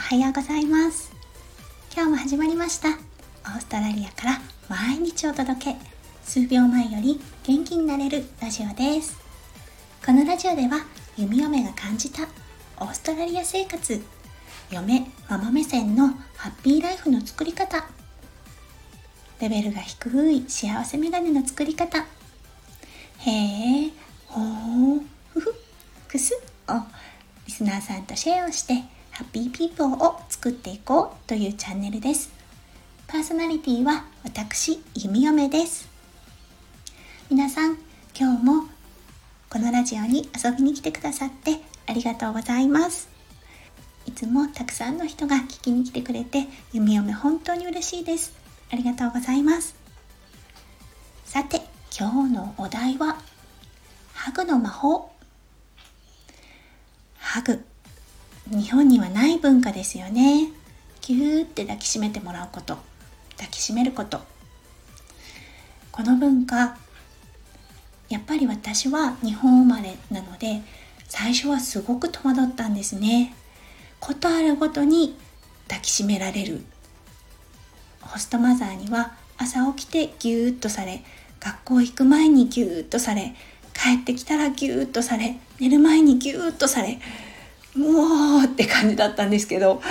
はようございます。今日も始まりました。オーストラリアから毎日お届け、数秒前より元気になれるラジオです。このラジオでは弓嫁が感じたオーストラリア生活、嫁ママ目線のハッピーライフの作り方、レベルが低い幸せメガネの作り方、へーほーふふくすをリスナーさんとシェアをしてハッピーピーポーを作っていこうというチャンネルです。パーソナリティは私弓嫁です。皆さん今日もこのラジオに遊びに来てくださってありがとうございます。いつもたくさんの人が聞きに来てくれて弓嫁本当に嬉しいです。ありがとうございます。さて今日のお題はハグの魔法。ハグ、日本にはない文化ですよね。ギューって抱きしめてもらうこと、抱きしめること、この文化やっぱり私は日本生まれなので最初はすごく戸惑ったんですね。ことあるごとに抱きしめられる。ホストマザーには朝起きてギューッとされ、学校行く前にギューッとされ、帰ってきたらギューッとされ、寝る前にギューッとされ、もうって感じだったんですけど、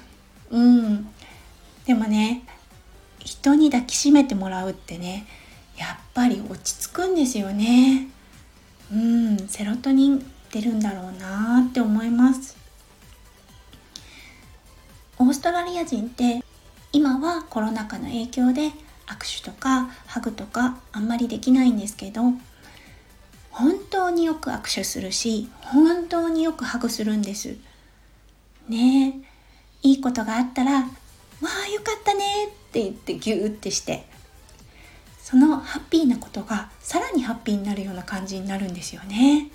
でもね、人に抱きしめてもらうってね、やっぱり落ち着くんですよね。セロトニン出るんだろうなって思います。オーストラリア人って今はコロナ禍の影響で握手とかハグとかあんまりできないんですけど、本当によく握手するし、本当によくハグするんですね。いいことがあったら、わあよかったねって言ってギューってして、そのハッピーなことがさらにハッピーになるような感じになるんですよね。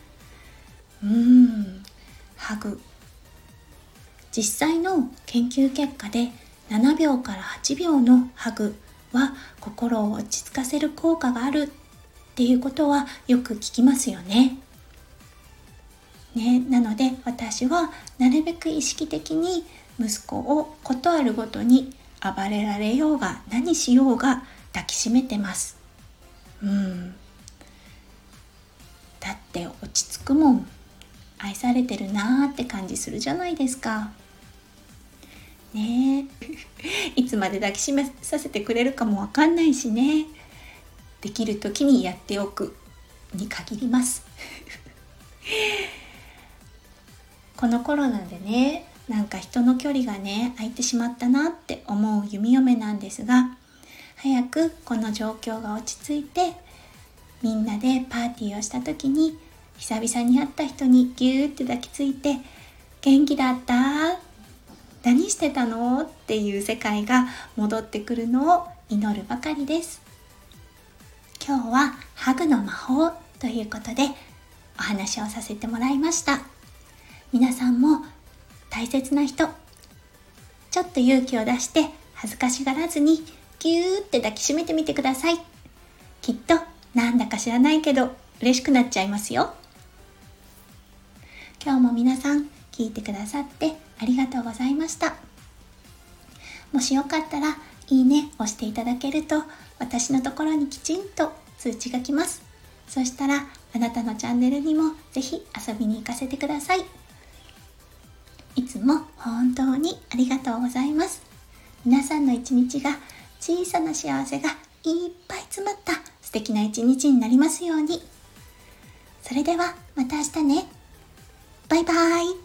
ハグ、実際の研究結果で7秒から8秒のハグは心を落ち着かせる効果があるっていうことはよく聞きますよね。なので私はなるべく意識的に息子をことあるごとに暴れられようが何しようが抱きしめてます。だって落ち着くもん。愛されてるなーって感じするじゃないですかね。いつまで抱きしめさせてくれるかもわかんないしね。できる時にやっておくに限りますこのコロナでね、なんか人の距離がね空いてしまったなって思う弓嫁なんですが、早くこの状況が落ち着いてみんなでパーティーをした時に久々に会った人にギューって抱きついて、元気だった？何してたの？っていう世界が戻ってくるのを祈るばかりです。今日はハグの魔法ということでお話をさせてもらいました。皆さんも大切な人、ちょっと勇気を出して恥ずかしがらずにギューって抱きしめてみてください。きっとなんだか知らないけど嬉しくなっちゃいますよ。今日も皆さん聞いてくださってありがとうございました。もしよかったらいいね押していただけると私のところにきちんと通知が来ます。そしたらあなたのチャンネルにもぜひ遊びに行かせてください。いつも本当にありがとうございます。皆さんの一日が小さな幸せがいっぱい詰まった素敵な一日になりますように。それではまた明日ね。バイバイ。